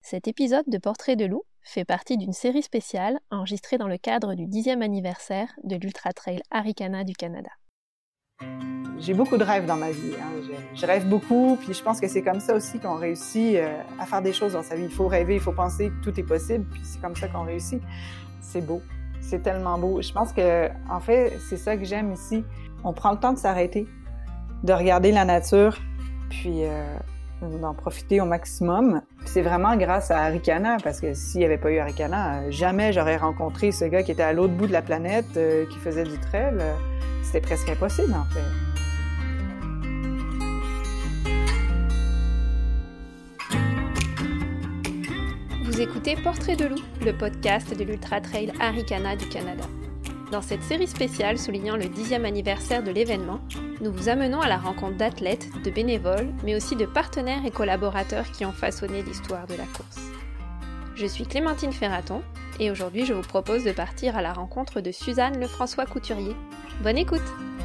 Cet épisode de Portrait de loup fait partie d'une série spéciale enregistrée dans le cadre du 10e anniversaire de l'Ultra Trail Arikana du Canada. J'ai beaucoup de rêves dans ma vie. Je rêve beaucoup, puis je pense que c'est comme ça aussi qu'on réussit à faire des choses dans sa vie. Il faut rêver, il faut penser que tout est possible, puis c'est comme ça qu'on réussit. C'est beau, c'est tellement beau. Je pense que, en fait, c'est ça que j'aime ici. On prend le temps de s'arrêter, de regarder la nature, puis d'en profiter au maximum. Puis c'est vraiment grâce à Arikana, parce que s'il n'y avait pas eu Arikana, jamais j'aurais rencontré ce gars qui était à l'autre bout de la planète, qui faisait du trail. C'était presque impossible, en fait. Vous écoutez Portrait de loup, le podcast de l'Ultra Trail Arikana du Canada. Dans cette série spéciale soulignant le 10e anniversaire de l'événement, nous vous amenons à la rencontre d'athlètes, de bénévoles, mais aussi de partenaires et collaborateurs qui ont façonné l'histoire de la course. Je suis Clémentine Ferraton et aujourd'hui je vous propose de partir à la rencontre de Suzanne Lefrançois Couturier. Bonne écoute!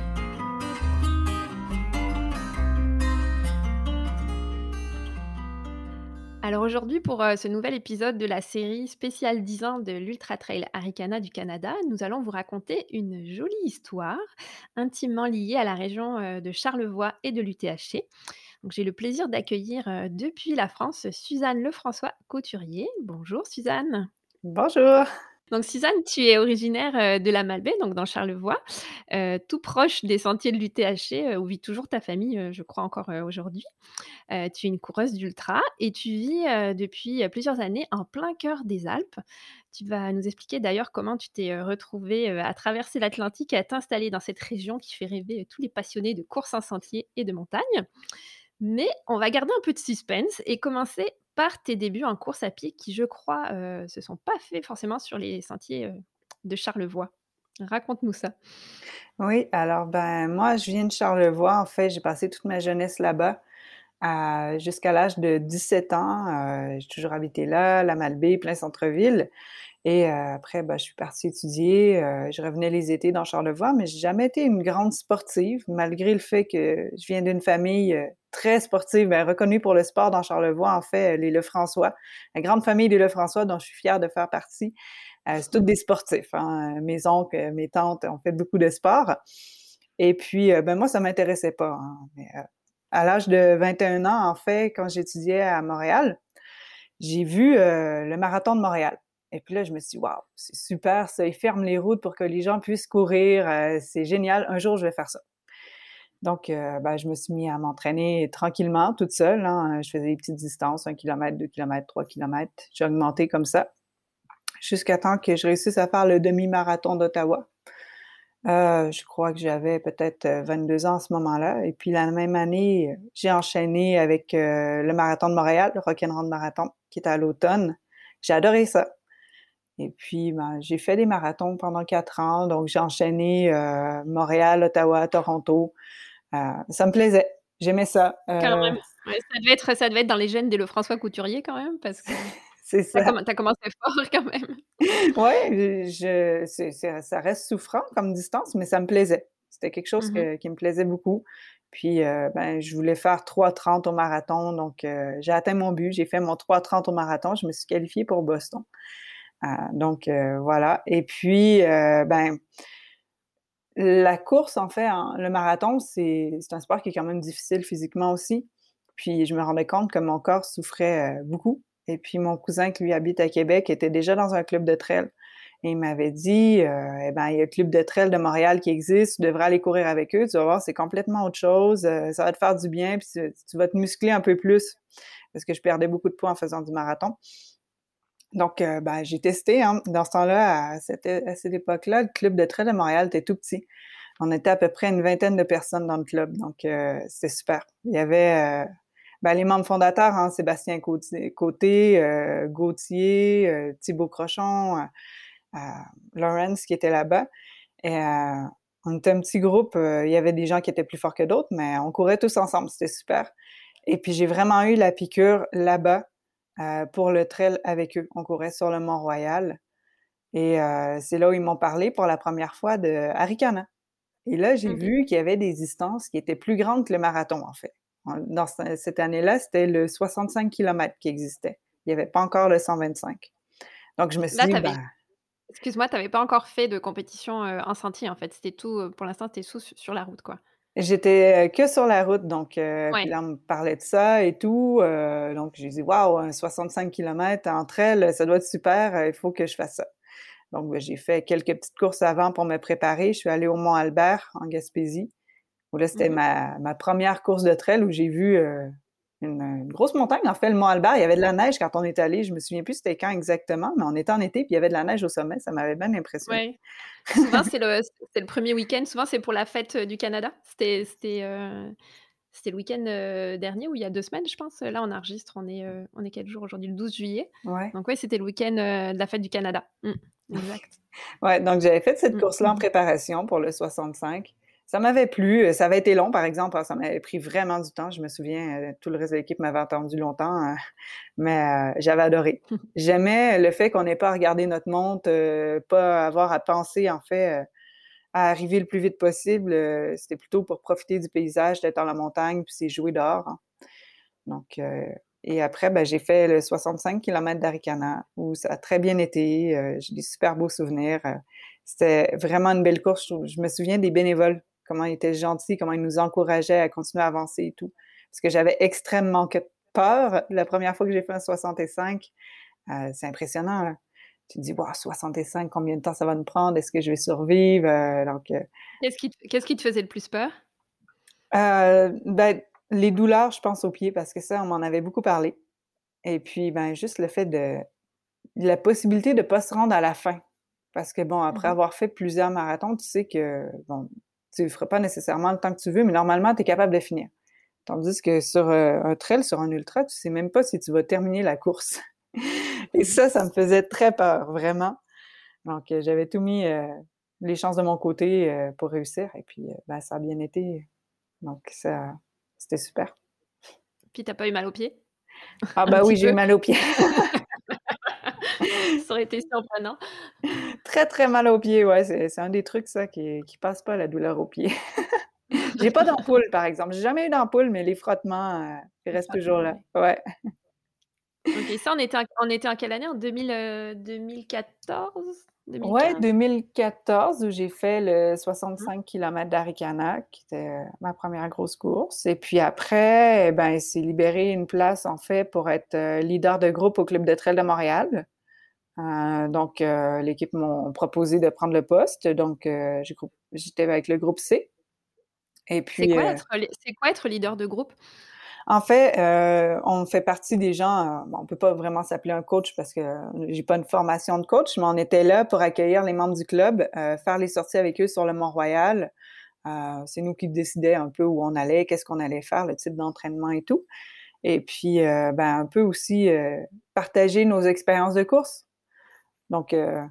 Alors aujourd'hui, pour ce nouvel épisode de la série spéciale 10 ans de l'Ultra Trail Arikana du Canada, nous allons vous raconter une jolie histoire intimement liée à la région de Charlevoix et de l'UTHC. Donc, j'ai le plaisir d'accueillir depuis la France Suzanne Lefrançois Couturier. Bonjour Suzanne. Bonjour! Donc Suzanne, tu es originaire de la Malbaie, donc dans Charlevoix, tout proche des sentiers de l'UTHC où vit toujours ta famille, je crois encore aujourd'hui. Tu es une coureuse d'ultra et tu vis depuis plusieurs années en plein cœur des Alpes. Tu vas nous expliquer d'ailleurs comment tu t'es retrouvée à traverser l'Atlantique et à t'installer dans cette région qui fait rêver tous les passionnés de course en sentier et de montagne. Mais on va garder un peu de suspense et commencer par tes débuts en course à pied qui, je crois, se sont pas faits forcément sur les sentiers de Charlevoix. Raconte-nous ça. Oui, alors, moi, je viens de Charlevoix. En fait, j'ai passé toute ma jeunesse là-bas, jusqu'à l'âge de 17 ans. J'ai toujours habité là, la Malbaie, plein centre-ville. Et après, je suis partie étudier. Je revenais les étés dans Charlevoix, mais j'ai jamais été une grande sportive, malgré le fait que je viens d'une famille très sportive, reconnue pour le sport dans Charlevoix, en fait, les Lefrançois. La grande famille des Lefrançois dont je suis fière de faire partie. C'est tous des sportifs, hein. Mes oncles, mes tantes ont fait beaucoup de sport. Et puis, moi, ça m'intéressait pas, hein. Mais, à l'âge de 21 ans, en fait, quand j'étudiais à Montréal, j'ai vu le marathon de Montréal. Et puis là, je me suis dit, waouh, c'est super ça, ils ferment les routes pour que les gens puissent courir, c'est génial, un jour je vais faire ça. Donc, je me suis mis à m'entraîner tranquillement, toute seule, hein. Je faisais des petites distances, 1 kilomètre, 2 kilomètres, 3 kilomètres. J'ai augmenté comme ça, jusqu'à temps que je réussisse à faire le demi-marathon d'Ottawa. Je crois que j'avais peut-être 22 ans à ce moment-là. Et puis la même année, j'ai enchaîné avec le marathon de Montréal, le Rock'n'Roll Marathon, qui était à l'automne. J'ai adoré ça. Et puis, j'ai fait des marathons pendant 4 ans. Donc, j'ai enchaîné Montréal, Ottawa, Toronto. Ça me plaisait. J'aimais ça. Quand même. Ouais, ça devait être dans les gènes des Lefrançois Couturier quand même parce que C'est tu ça. as commencé fort quand même. Ouais, ça reste souffrant comme distance, mais ça me plaisait. C'était quelque chose Mmh. qui me plaisait beaucoup. Puis, je voulais faire 3:30 au marathon, donc j'ai atteint mon but. J'ai fait mon 3:30 au marathon. Je me suis qualifiée pour Boston. Donc, voilà. Et puis, la course, en fait, le marathon, c'est un sport qui est quand même difficile physiquement aussi. Puis, je me rendais compte que mon corps souffrait beaucoup. Et puis, mon cousin qui lui habite à Québec était déjà dans un club de trail. Et il m'avait dit, il y a le club de trail de Montréal qui existe, tu devrais aller courir avec eux, tu vas voir, c'est complètement autre chose, ça va te faire du bien, puis tu vas te muscler un peu plus, parce que je perdais beaucoup de poids en faisant du marathon. Donc, j'ai testé, hein. Dans ce temps-là, à cette époque-là, le club de trail de Montréal était tout petit. On était à peu près une vingtaine de personnes dans le club, donc c'était super. Il y avait les membres fondateurs, hein, Sébastien Côté, Gauthier, Thibaut Crochon, Lawrence qui était là-bas. Et on était un petit groupe, il y avait des gens qui étaient plus forts que d'autres, mais on courait tous ensemble, c'était super. Et puis j'ai vraiment eu la piqûre là-bas pour le trail avec eux. On courait sur le Mont-Royal et c'est là où ils m'ont parlé pour la première fois de Arikana. Et là, j'ai OK. vu qu'il y avait des distances qui étaient plus grandes que le marathon, en fait. Dans cette année-là, c'était le 65 kilomètres qui existait. Il y avait pas encore le 125. Donc je me suis Là, dit: tu «Ben». avais excuse-moi, tu avais pas encore fait de compétition, en sentier, en fait? C'était tout, pour l'instant, c'était tout sur la route, quoi? J'étais, que sur la route, donc puis Ouais. là, on me parlait de ça et tout, donc j'ai dit: «Waouh, un 65 kilomètres entre elles, ça doit être super, il faut que je fasse ça». Donc j'ai fait quelques petites courses avant pour me préparer. Je suis allée au Mont-Albert, en Gaspésie, où là, c'était Mmh. ma première course de trail où j'ai vu, une grosse montagne. En fait, le Mont-Albert, il y avait de la neige quand on est allés. Je me souviens plus c'était quand exactement, mais on était en été, puis il y avait de la neige au sommet. Ça m'avait bien impressionné. Ouais. Souvent, c'est le 1er week-end, souvent, c'est pour la fête, du Canada. C'était le week-end, dernier ou il y a 2 semaines, je pense. Là, on enregistre, on est quel jour aujourd'hui? Le 12 juillet. Ouais. Donc ouais, c'était le week-end, de la fête du Canada. Exact. Ouais, donc j'avais fait cette course-là en Mmh. préparation pour le 65. Ça m'avait plu, ça avait été long, par exemple, hein, ça m'avait pris vraiment du temps. Je me souviens, tout le reste de l'équipe m'avait attendu longtemps, mais j'avais adoré. J'aimais le fait qu'on n'ait pas à regarder notre montre, pas avoir à penser, en fait, à arriver le plus vite possible. C'était plutôt pour profiter du paysage, d'être dans la montagne, puis c'est jouer dehors, hein. Donc et après, ben, j'ai fait le 65 kilomètres d'Arikana où ça a très bien été, j'ai des super beaux souvenirs, c'était vraiment une belle course. Je me souviens des bénévoles, comment ils étaient gentils, comment ils nous encourageaient à continuer à avancer et tout. Parce que j'avais extrêmement peur la première fois que j'ai fait un 65. C'est impressionnant, là. Tu te dis: «Waouh, 65, combien de temps ça va me prendre? Est-ce que je vais survivre?» Qu'est-ce qui te faisait le plus peur? Ben, les douleurs, je pense, aux pieds parce que ça, on m'en avait beaucoup parlé et puis, ben, juste le fait de la possibilité de pas se rendre à la fin. Parce que bon, après Mmh. avoir fait plusieurs marathons, tu sais que, bon, tu feras pas nécessairement le temps que tu veux, mais normalement, tu es capable de finir. Tandis que sur, un trail, sur un ultra, tu sais même pas si tu vas terminer la course et ça me faisait très peur, vraiment. Donc j'avais tout mis, les chances de mon côté, pour réussir et puis, ben, ça a bien été. Donc ça, c'était super. Puis tu as pas eu mal aux pieds? Ah Un bah oui, petit j'ai eu peu? mal aux pieds. Ça aurait été surprenant. Très, très mal aux pieds, ouais, c'est un des trucs ça qui passe pas, la douleur aux pieds. J'ai pas d'ampoule, par exemple. J'ai jamais eu d'ampoule, mais les frottements, ils Les restent toujours frottements, là. ouais. Ouais. OK, ça, on était en quelle année? En 2014? Ouais, 2015? 2014 où j'ai fait le Mmh. 65 kilomètres d'Arikana, qui était, ma première grosse course et puis après, eh ben, il s'est libéré une place, en fait, pour être, leader de groupe au Club de trail de Montréal. Donc l'équipe m'ont proposé de prendre le poste, donc j'étais avec le groupe C et C'est puis, quoi être leader de groupe? en fait, on fait partie des gens, bon, on peut pas vraiment s'appeler un coach parce que j'ai pas une formation de coach, mais on était là pour accueillir les membres du club, faire les sorties avec eux sur le Mont-Royal. C'est nous qui décidait un peu où on allait, qu'est-ce qu'on allait faire, le type d'entraînement et tout. Et puis, ben, un peu aussi, partager nos expériences de course. Donc,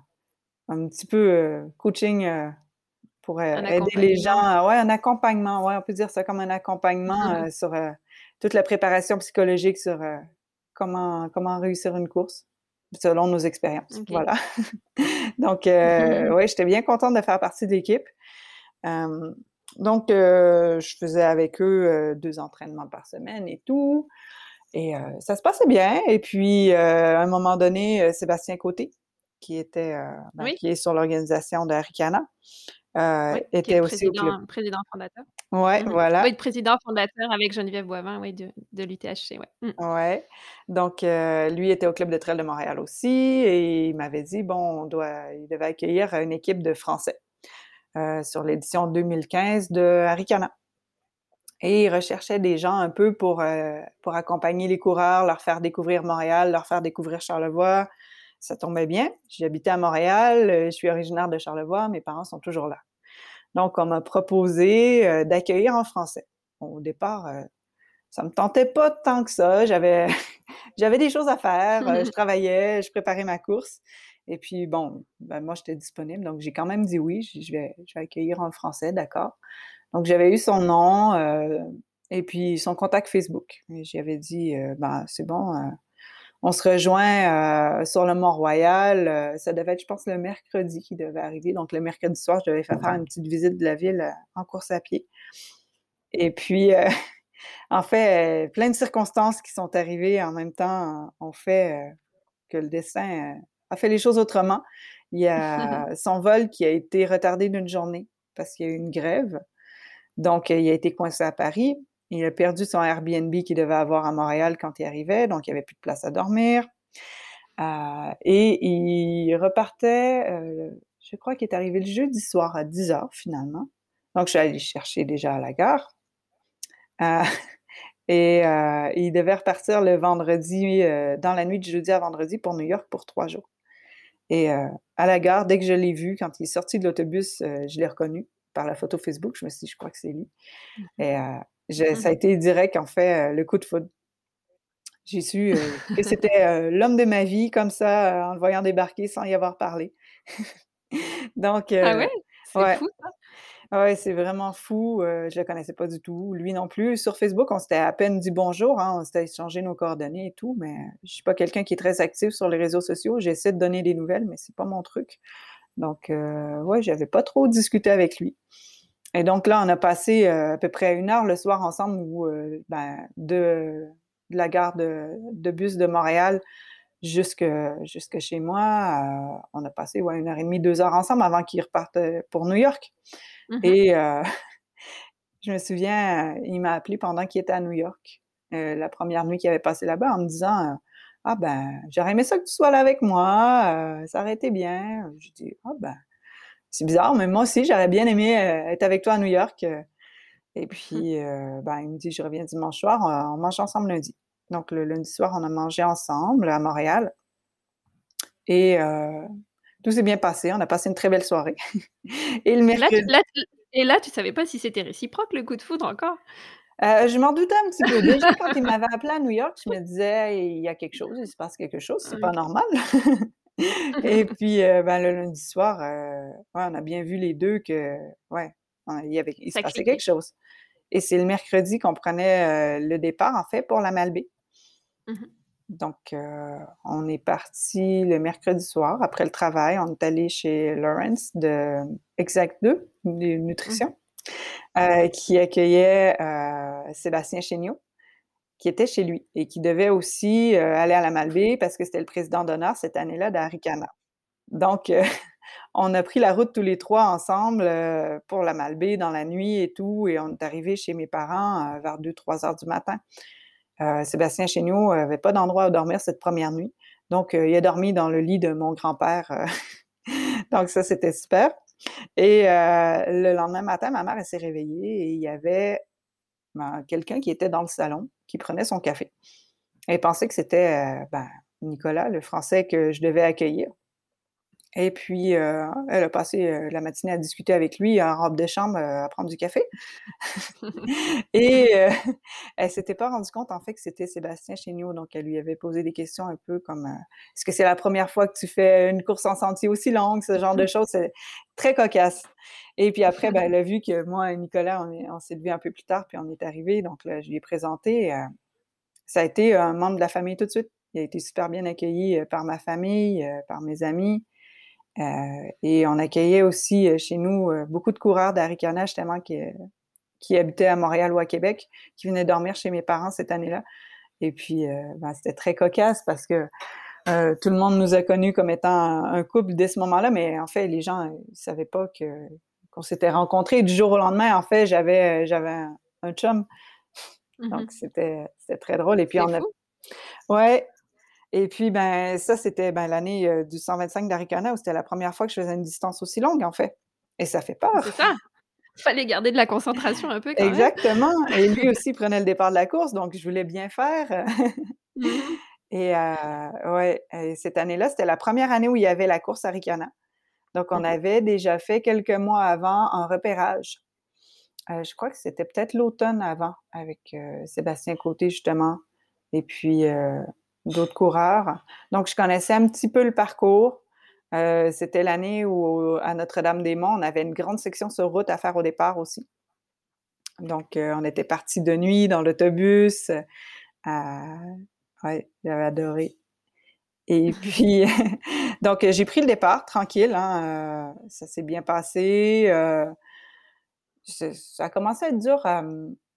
un petit peu, coaching, pour, Un aider les gens accompagnement? ouais, un accompagnement, ouais, on peut dire ça comme un accompagnement, sur, toute la préparation psychologique sur, comment réussir une course, selon nos expériences, OK. voilà. Donc, ouais, j'étais bien contente de faire partie de l'équipe. Hem, donc, je faisais avec eux, 2 entraînements par semaine et tout et ça se passait bien et puis, à un moment donné, Sébastien Côté, qui était, ben, Oui, qui est sur l'organisation de Arikana, oui, qui est était le aussi au club. président fondateur. Ouais, Mmh. Oui, voilà, le président fondateur avec Geneviève Boivin, oui, de l'UTHC, ouais. ouais. Donc lui était au Club de trail de Montréal aussi et il m'avait dit, bon, il devait accueillir une équipe de Français, sur l'édition 2015 de Arikana et il recherchait des gens un peu pour accompagner les coureurs, leur faire découvrir Montréal, leur faire découvrir Charlevoix. Ça tombait bien. J'habitais à Montréal, je suis originaire de Charlevoix, mes parents sont toujours là. Donc on m'a proposé, d'accueillir en français. Bon, au départ, ça me tentait pas tant que ça. J'avais des choses à faire, je travaillais, je préparais ma course et puis bon, ben, moi j'étais disponible donc j'ai quand même dit oui, je vais accueillir en français, d'accord. Donc j'avais eu son nom, et puis son contact Facebook et j'y avais dit, «Ben, c'est bon, on se rejoint, sur le Mont-Royal», ça devait être, je pense, le mercredi qu'il devait arriver. Donc le mercredi soir, je devais faire une petite visite de la ville, en course à pied et puis, En fait, plein de circonstances qui sont arrivées en même temps ont fait que le destin a fait les choses autrement. Il y a son vol qui a été retardé d'une journée parce qu'il y a eu une grève. Donc, il a été coincé à Paris. Il a perdu son Airbnb qu'il devait avoir à Montréal quand il arrivait, donc il n'y avait plus de place à dormir. Et il repartait, je crois qu'il est arrivé le jeudi soir à 10 heures finalement. Donc, je suis allée le chercher déjà à la gare. Euh, et il devait repartir le vendredi, dans la nuit de jeudi à vendredi pour New York pour 3 jours. Et à la gare, dès que je l'ai vu, quand il est sorti de l'autobus, je l'ai reconnu par la photo Facebook. Je me suis dit, je crois que c'est lui. Et ça a été direct, en fait, le coup de foudre. J'ai su que c'était l'homme de ma vie, comme ça, en le voyant débarquer sans y avoir parlé. Donc, Ah ouais? C'est ouais, fou ça. ouais, c'est vraiment fou. Je le connaissais pas du tout, lui non plus. Sur Facebook, on s'était à peine dit bonjour, hein, on s'était échangé nos coordonnées et tout, mais je suis pas quelqu'un qui est très actif sur les réseaux sociaux. J'essaie de donner des nouvelles, mais c'est pas mon truc. Donc, ouais, j'avais pas trop discuté avec lui. Et donc là, on a passé à peu près 1 heure le soir ensemble où, de la gare de bus de Montréal jusque chez moi. On a passé 1 heure et demie, 2 heures ensemble avant qu'il reparte pour New York. Mmh. Et je me souviens, il m'a appelé pendant qu'il était à New York, la première nuit qu'il avait passé là-bas, en me disant ah ben, j'aurais aimé ça que tu sois là avec moi, ça aurait été bien. Je dis ah ben, c'est bizarre, mais moi aussi, j'aurais bien aimé être avec toi à New York. Et puis, ben, il me dit, je reviens dimanche soir, on mange ensemble lundi. Donc, le lundi soir, on a mangé ensemble à Montréal et tout s'est bien passé. On a passé une très belle soirée. Et le Là tu mercredi, là tu et là, tu savais pas si c'était réciproque le coup de foudre encore? je m'en doutais un petit peu. Déjà, quand il m'avait appelé à New York, je me disais, il y a quelque chose, il se passe quelque chose, c'est pas OK. normal. Et puis, ben, le lundi soir, ouais, on a bien vu les deux que, ouais, il se Ça passait quelque cliquait. chose. Et c'est le mercredi qu'on prenait le départ, en fait, pour la Malbaie. Mmh mh. Donc, on est parti le mercredi soir après le travail. On est allé chez Lawrence de Exact 2, Mmh. Nutrition, qui accueillait Sébastien Chéniaud, qui était chez lui et qui devait aussi aller à la Malbaie parce que c'était le président d'honneur cette année-là d'Arikana. Donc, on a pris la route tous les trois ensemble pour la Malbaie dans la nuit et tout, et on est arrivé chez mes parents vers 2-3 heures du matin. Sébastien Chéniaud avait pas d'endroit où dormir cette première nuit, donc il a dormi dans le lit de mon grand-père. Donc ça, c'était super. Et le lendemain matin, ma mère, elle s'est réveillée et il y avait quelqu'un qui était dans le salon, qui prenait son café. Elle pensait que c'était Nicolas, le Français que je devais accueillir. Et puis, elle a passé la matinée à discuter avec lui en robe de chambre, à prendre du café. Et elle s'était pas rendue compte, en fait, que c'était Sébastien Chéniaud. Donc, elle lui avait posé des questions un peu comme est-ce que c'est la première fois que tu fais une course en sentier aussi longue? Ce genre de choses. C'est très cocasse. Et puis après, ben, elle a vu que moi et Nicolas, on s'est levés un peu plus tard, puis on est arrivés. Donc là, je lui ai présenté. Ça a été un membre de la famille tout de suite. Il a été super bien accueilli par ma famille, par mes amis. Et on accueillait aussi chez nous beaucoup de coureurs d'Arikana, justement, qui habitaient à Montréal ou à Québec, qui venaient dormir chez mes parents cette année-là. Et puis, ben, c'était très cocasse parce que tout le monde nous a connus comme étant un couple dès ce moment-là, mais en fait, les gens ne savaient pas qu'on s'était rencontrés. Du jour au lendemain, en fait, j'avais un chum. Mmh Donc, mh. c'était très drôle. Et puis, C'est fou. ouais. Et puis, ben, ça, c'était ben, l'année du 125 d'Arikana où c'était la première fois que je faisais une distance aussi longue, en fait. Et ça fait peur. C'est ça. Fallait garder de la concentration un peu quand même. Exactement. Et lui aussi prenait le départ de la course, donc je voulais bien faire. Mmh mh. Et ouais, et cette année-là, c'était la première année où il y avait la course Arikana. Donc, on Mmh mh. avait déjà fait quelques mois avant un repérage. Je crois que c'était peut-être l'automne avant avec Sébastien Côté, justement, et puis d'autres coureurs. Donc, je connaissais un petit peu le parcours. C'était l'année où, à Notre-Dame-des-Monts, on avait une grande section sur route à faire au départ aussi. Donc, on était partis de nuit dans l'autobus. Ouais, j'avais adoré. Et puis, donc, j'ai pris le départ tranquille, hein, ça s'est bien passé. Ça a commencé à être dur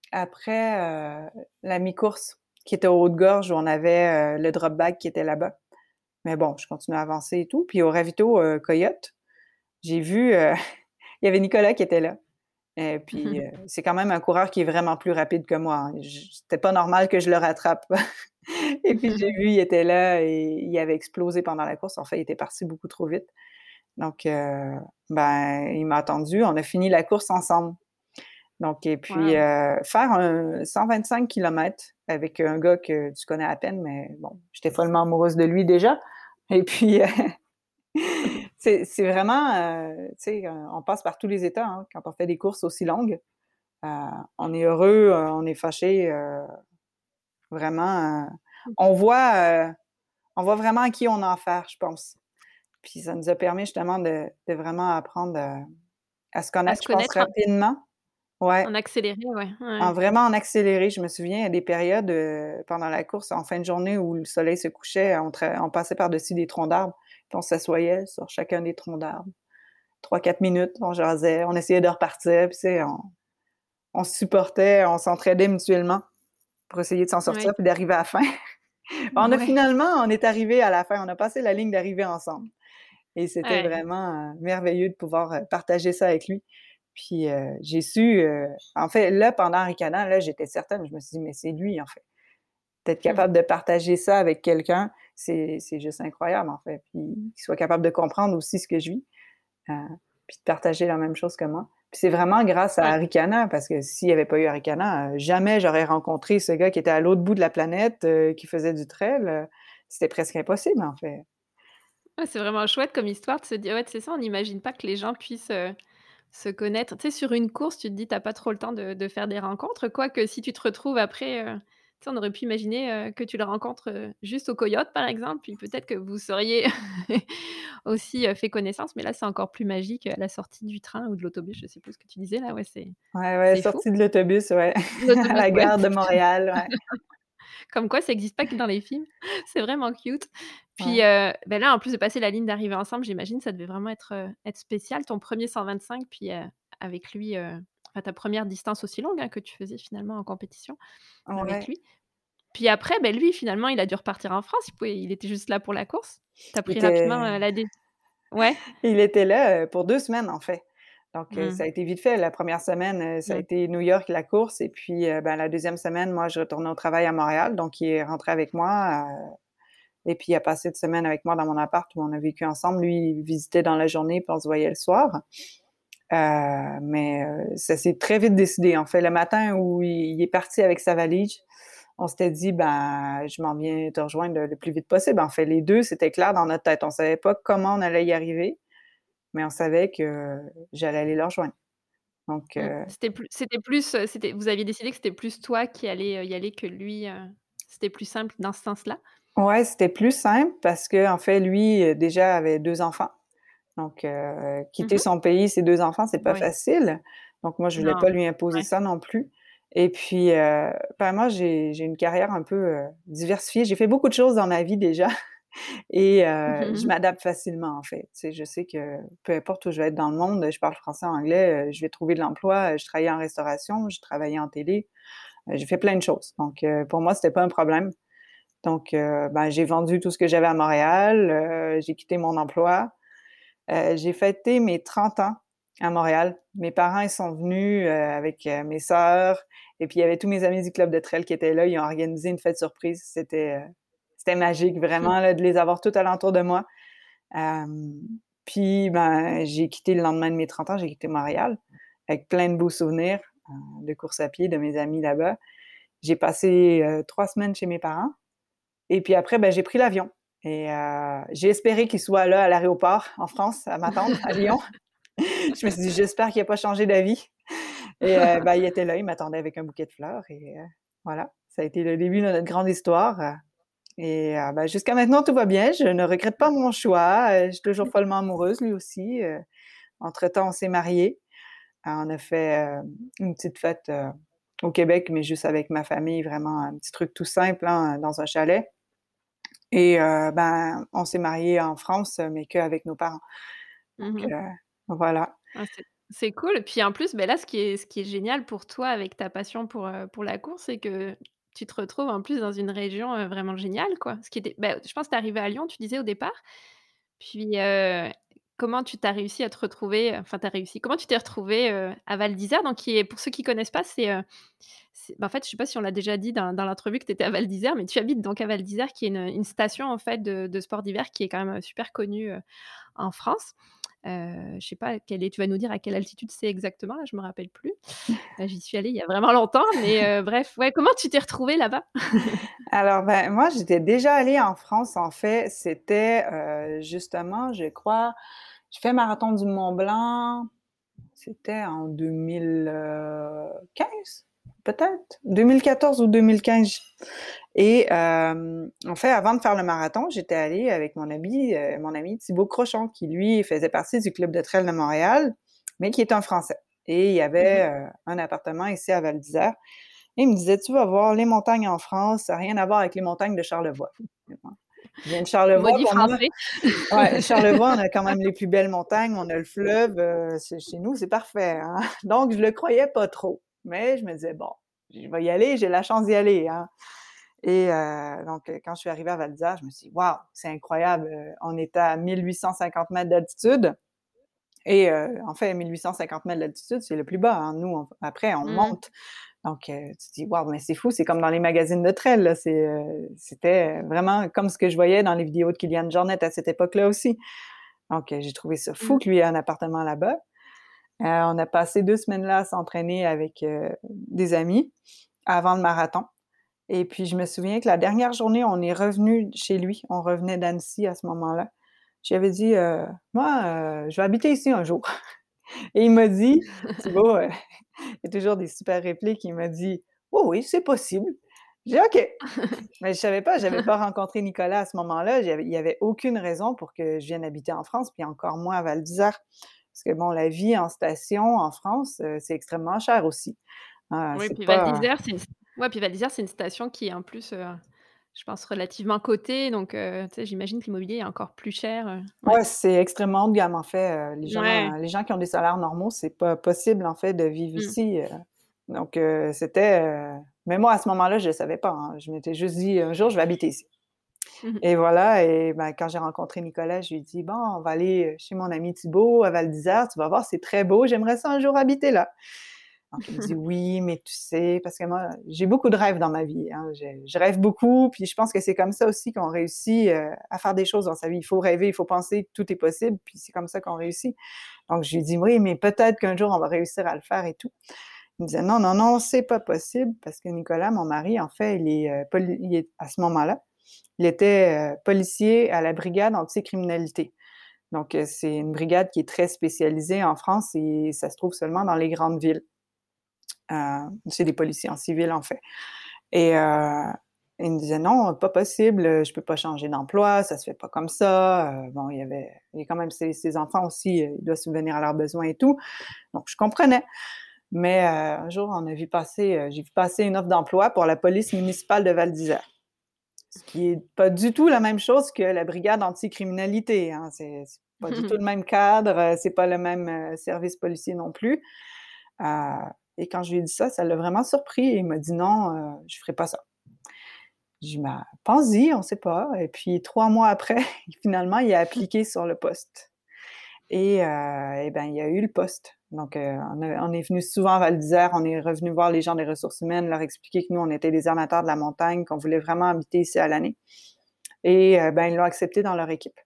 après la mi-course, qui était au Haut-de-Gorge, où on avait le drop bag qui était là-bas. Mais bon, je continue à avancer et tout. Puis au ravito Coyote, j'ai vu, il y avait Nicolas qui était là. Et puis, c'est quand même un coureur qui est vraiment plus rapide que moi, hein. C'était pas normal que je le rattrape. Et puis j'ai vu, il était là et il avait explosé pendant la course. En fait, il était parti beaucoup trop vite. Donc, ben, il m'a attendu. On a fini la course ensemble. Donc, et puis, Waouh! faire un 125 kilomètres avec un gars que tu connais à peine, mais bon, j'étais follement amoureuse de lui déjà. Et puis, c'est vraiment, tu sais, on passe par tous les états hein, quand on fait des courses aussi longues. Euh, on est heureux, on est fâché, vraiment. On voit vraiment à qui on a affaire, je pense. Puis ça nous a permis justement de vraiment apprendre à se À connaître, se je pense, connaître rapidement. Ouais. en accéléré, ouais, En ouais. vraiment en accéléré. Je me souviens, il y a des périodes pendant la course, en fin de journée, où le soleil se couchait, on passait par-dessus des troncs d'arbres, puis on s'assoyait sur chacun des troncs d'arbres. 3-4 minutes, on jasait, on essayait de repartir, puis tu sais, on se supportait, on s'entraidait mutuellement pour essayer de s'en sortir Ouais, puis d'arriver à la fin. ouais, On est arrivé à la fin, on a passé la ligne d'arrivée ensemble. Et c'était ouais. vraiment merveilleux de pouvoir partager ça avec lui. Puis j'ai su, en fait, là, pendant Ricana, là, j'étais certaine, je me suis dit, mais c'est lui, en fait. D'être capable de partager ça avec quelqu'un, c'est juste incroyable, en fait. Puis qu'il soit capable de comprendre aussi ce que je vis, euh, puis de partager la même chose que moi. Puis c'est vraiment grâce à Ouais. Arikana, parce que s'il n'y avait pas eu Arikana, jamais j'aurais rencontré ce gars qui était à l'autre bout de la planète, qui faisait du trail. C'était presque impossible, en fait. Ouais, c'est vraiment chouette comme histoire de se dire ouais, c'est ça, on n'imagine pas que les gens puissent, se connaître. Tu sais, sur une course, tu te dis: «Tu as pas trop le temps de faire des rencontres», quoique si tu te retrouves après, tu sais, on aurait pu imaginer, que tu le rencontres, juste au Coyote, par exemple, puis peut-être que vous seriez aussi, fait connaissance, mais là, c'est encore plus magique, à la sortie du train ou de l'autobus, je sais plus ce que tu disais là, ouais, Ouais, ouais, c'est fou. sortie de l'autobus, ouais, à L'autobus, la ouais. gare de Montréal, ouais, Comme quoi ça existe pas que dans les films. C'est vraiment cute. Puis, ouais. bah, là, en plus de passer la ligne d'arrivée ensemble, j'imagine ça devait vraiment être spécial ton 1er 125 puis, avec lui, enfin ta première distance aussi longue, hein, que tu faisais finalement en compétition avec Ouais. lui. Puis après, beh, lui finalement il a dû repartir en France, il était juste là pour la course? Tu as Il pris rapidement, était la dé ouais? il était là, pour 2 semaines, en fait. Donc, Mmh. ça a été vite fait. La première semaine, ça a Mmh. été New York, la course et puis, ben, la deuxième semaine, moi, je retournais au travail à Montréal, donc il est rentré avec moi, et puis il a passé une semaine avec moi dans mon appart où on a vécu ensemble. Lui, il visitait dans la journée, puis on se voyait le soir. Mais ça s'est très vite décidé. En fait, le matin où il est parti avec sa valise, on s'était dit, ben, je m'en viens te rejoindre le plus vite possible. En fait, les deux, c'était clair dans notre tête. On savait pas comment on allait y arriver, mais on savait que j'allais aller le rejoindre. Donc, Mmh. C'était vous aviez décidé que c'était plus toi qui allais, y aller que lui, c'était plus simple dans ce sens-là? ouais, c'était plus simple parce que en fait, lui, déjà avait 2 enfants. Donc, Mmh quitter mh. son pays, ses 2 enfants, c'est pas Ouais. facile. Donc moi, je voulais Non. pas lui imposer Ouais. ça non plus. Et puis, ben, moi, j'ai une carrière un peu, diversifiée. J'ai fait beaucoup de choses dans ma vie déjà et je m'adapte facilement, en fait. Tu sais, je sais que peu importe où je vais être dans le monde, je parle français, anglais, je vais trouver de l'emploi. Je travaillais en restauration, j'ai travaillé en télé, j'ai fait plein de choses. Donc, pour moi, c'était pas un problème. Donc, ben, j'ai vendu tout ce que j'avais à Montréal, j'ai quitté mon emploi. J'ai fêté mes 30 ans à Montréal. Mes parents, ils sont venus, avec, mes sœurs et puis il y avait tous mes amis du club de trail qui étaient là. Ils ont organisé une fête surprise. C'était magique vraiment là, de les avoir tout alentour de moi. Hem, puis, ben, j'ai quitté le lendemain de mes 30 ans, j'ai quitté Montréal avec plein de beaux souvenirs, de course à pied, de mes amis là-bas. J'ai passé, 3 semaines chez mes parents et puis après, ben, j'ai pris l'avion et j'ai espéré qu'il soit là à l'aéroport en France à m'attendre à Lyon. Je me suis dit: «J'espère qu'il a pas changé d'avis» et ben, il était là, il m'attendait avec un bouquet de fleurs et voilà, ça a été le début de notre grande histoire, et ben, jusqu'à maintenant, tout va bien. Je ne regrette pas mon choix, je suis toujours follement amoureuse, lui aussi, entre-temps, on s'est mariés. On a fait, une petite fête, au Québec, mais juste avec ma famille, vraiment un petit truc tout simple, hein, dans un chalet et ben, on s'est mariés en France, mais qu'avec nos parents. Mmh Donc mh. voilà. Ah C'est cool. Puis en plus, beh, là, ce qui est génial pour toi avec ta passion pour la course, c'est que tu te retrouves en plus dans une région, vraiment géniale, quoi. Ce qui était bah, je pense que tu es arrivée à Lyon, tu disais au départ? Puis, comment tu as réussi à te retrouver, enfin tu as réussi, comment tu t'es retrouvée, à Val d'Isère? Donc qui est pour ceux qui connaissent pas, c'est bah, en fait, je sais pas si on l'a déjà dit dans l'entrevue que tu étais à Val d'Isère, mais tu habites donc à Val d'Isère qui est une station en fait de sport d'hiver qui est quand même, super connue, en France. Je sais pas quelle est tu vas nous dire à quelle altitude c'est exactement, là, je me rappelle plus. J'y suis allée il y a vraiment longtemps, mais bref, ouais, comment tu t'es retrouvée là-bas? Alors, ben, moi, j'étais déjà allée en France, en fait. C'était, justement, je crois, j'ai fait marathon du Mont-Blanc, c'était en 2015, peut-être? 2014 ou 2015. Et en fait, avant de faire le marathon, j'étais allée avec mon ami Thibaut Crochon, qui, lui, faisait partie du Club de trail de Montréal, mais qui est un Français. Et il y Mmh avait mh. un appartement ici à Val d'Isère. Et il me disait, tu vas voir les montagnes en France, ça n'a rien à voir avec les montagnes de Charlevoix. Je viens de Charlevoix, Maudit pour moi, français. ouais, Charlevoix, on a quand même les plus belles montagnes, on a le fleuve, chez nous, c'est parfait, hein. Donc je le croyais pas trop, mais je me disais: «Bon, je vais y aller, j'ai la chance d'y aller, hein». Et donc quand je suis arrivée à Val d'Isère, je me suis dit: «Waouh, c'est incroyable, on est à 1 850 mètres d'altitude». Et en fait, 1 850 mètres d'altitude, c'est le plus bas, hein. Nous, après, on Mmh. monte. Donc tu te dis: «Waouh, mais c'est fou, c'est comme dans les magazines de trail, là». C'était vraiment comme ce que je voyais dans les vidéos de Kylian Jornet à cette époque-là aussi. Donc j'ai trouvé ça fou Mmh. que lui ait un appartement là-bas. On a passé 2 semaines là à s'entraîner avec, des amis avant le marathon. Et puis je me souviens que la dernière journée, on est revenus chez lui. On revenait d'Annecy à ce moment-là. J'avais dit, «Moi, je vais habiter ici un jour». Et il m'a dit, Thibaut, il y a toujours des super répliques, il m'a dit: «Oui, oui, c'est possible». J'ai dit: «OK». Mais je savais pas, j'avais pas rencontré Nicolas à ce moment-là. Il y avait aucune raison pour que je vienne habiter en France, puis encore moins à Val d'Isère. Parce que bon, la vie en station en France, c'est extrêmement cher aussi. Oui, C'est puis Val pas d'Isère, c'est une station qui est en plus, je pense relativement cotée donc tu sais, j'imagine que l'immobilier est encore plus cher, ouais. ouais, c'est extrêmement haut de gamme en fait, Ouais. les gens qui ont des salaires normaux, c'est pas possible en fait de vivre Mmh. ici, donc c'était, mais moi à ce moment-là, je le savais pas, hein. Je m'étais juste dit: «Un jour, je vais habiter ici». Mmh mh. Et voilà. Et ben, quand j'ai rencontré Nicolas, je lui ai dit: «Bon, on va aller, chez mon ami Thibaut à Val d'Isère, tu vas voir, c'est très beau, j'aimerais ça un jour habiter là». Donc il me dit: «Oui, mais tu sais», parce que moi, j'ai beaucoup de rêves dans ma vie, hein. Je rêve beaucoup, puis je pense que c'est comme ça aussi qu'on réussit, à faire des choses dans sa vie. Il faut rêver, il faut penser que tout est possible, puis c'est comme ça qu'on réussit. Donc je lui ai dit: «Oui, mais peut-être qu'un jour on va réussir à le faire et tout». Il me disait: «Non, non, non, c'est pas possible», parce que Nicolas, mon mari, en fait, il est à ce moment-là, il était, policier à la brigade anticriminalité. Donc c'est une brigade qui est très spécialisée en France et ça se trouve seulement dans les grandes villes. C'est des policiers en civil, en fait. Et il me disait: «Non, pas possible, je peux pas changer d'emploi, ça se fait pas comme ça». Bon, il y a quand même ses enfants aussi, il doit subvenir à leurs besoins et tout. Donc je comprenais. Mais un jour, j'ai vu passer une offre d'emploi pour la police municipale de Val d'Isère. Ce qui est pas du tout la même chose que la brigade anticriminalité, hein. C'est pas du tout le même cadre, c'est pas le même, service policier non plus. Heu et quand je lui ai dit ça, ça l'a vraiment surpris et il m'a dit: «Non, je ferai pas ça». J'ai dit: «Ben, pense-y, on sait pas». Et puis 3 mois après, finalement, il a appliqué sur le poste. Et ben, il y a eu le poste. Donc on est venu souvent à Val d'Isère, on est revenu voir les gens des ressources humaines, leur expliquer que nous, on était des amateurs de la montagne, qu'on voulait vraiment habiter ici à l'année. Et ben, ils l'ont accepté dans leur équipe,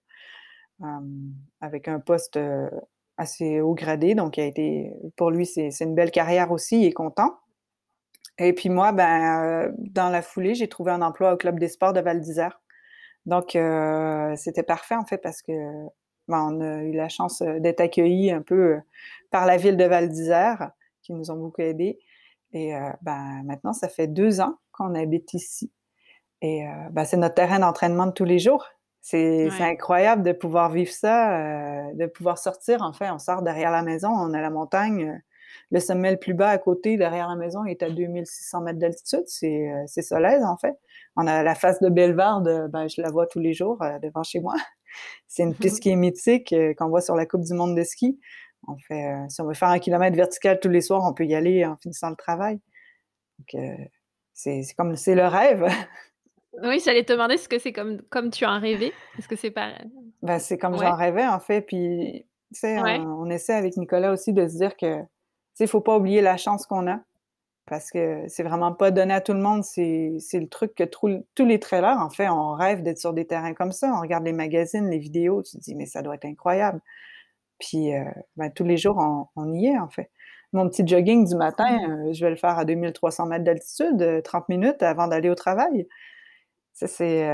avec un poste, assez haut gradé. Donc il a été pour lui, c'est une belle carrière aussi, il est content. Et puis moi, ben, dans la foulée, j'ai trouvé un emploi au club des sports de Val d'Isère. Donc c'était parfait en fait parce que, ben, on a eu la chance, d'être accueillis un peu, par la ville de Val d'Isère, qui nous ont beaucoup aidés. Et ben, maintenant ça fait 2 ans qu'on habite ici. Et ben, c'est notre terrain d'entraînement de tous les jours. C'est Ouais. incroyable de pouvoir vivre ça, de pouvoir sortir. En fait, on sort derrière la maison, on a la montagne, le sommet le plus bas à côté, derrière la maison, est à 2 600 mètres d'altitude. C'est Solèze, en fait. On a la face de Bellevarde, ben, je la vois tous les jours, devant chez moi. C'est une piste qui est mythique, qu'on voit sur la coupe du monde de ski. Si on veut faire 1 kilomètre vertical tous les soirs, on peut y aller en finissant le travail. Donc, c'est le rêve. Oui, j'allais te demander ce que c'est comme tu en rêvais. Est-ce que c'est pas Ben, c'est comme ouais? j'en rêvais, en fait, puis, tu sais, Ouais. on essaie avec Nicolas aussi de se dire que, tu sais, il faut pas oublier la chance qu'on a, parce que c'est vraiment pas donné à tout le monde. C'est le truc que tous les trailers, en fait, on rêve d'être sur des terrains comme ça. On regarde les magazines, les vidéos, tu te dis: «Mais ça doit être incroyable». Puis, ben, tous les jours, on y est, en fait. Mon petit jogging du matin, Mmh. je vais le faire à 2 300 mètres d'altitude, 30 minutes avant d'aller au travail. Ça,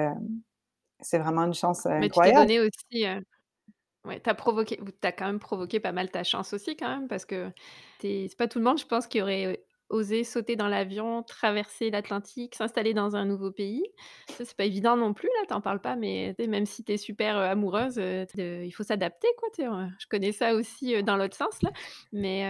c'est vraiment une chance, Mais tu t'es incroyable. donné aussi, ouais, tu as quand même provoqué pas mal ta chance aussi quand même parce que c'est pas tout le monde, je pense, qui aurait, osé sauter dans l'avion, traverser l'Atlantique, s'installer dans un nouveau pays. Ça, c'est pas évident non plus là, tu en parles pas, mais tu sais, même si tu es super, amoureuse, il faut s'adapter quoi, tu sais? Je connais ça aussi, dans l'autre sens là, mais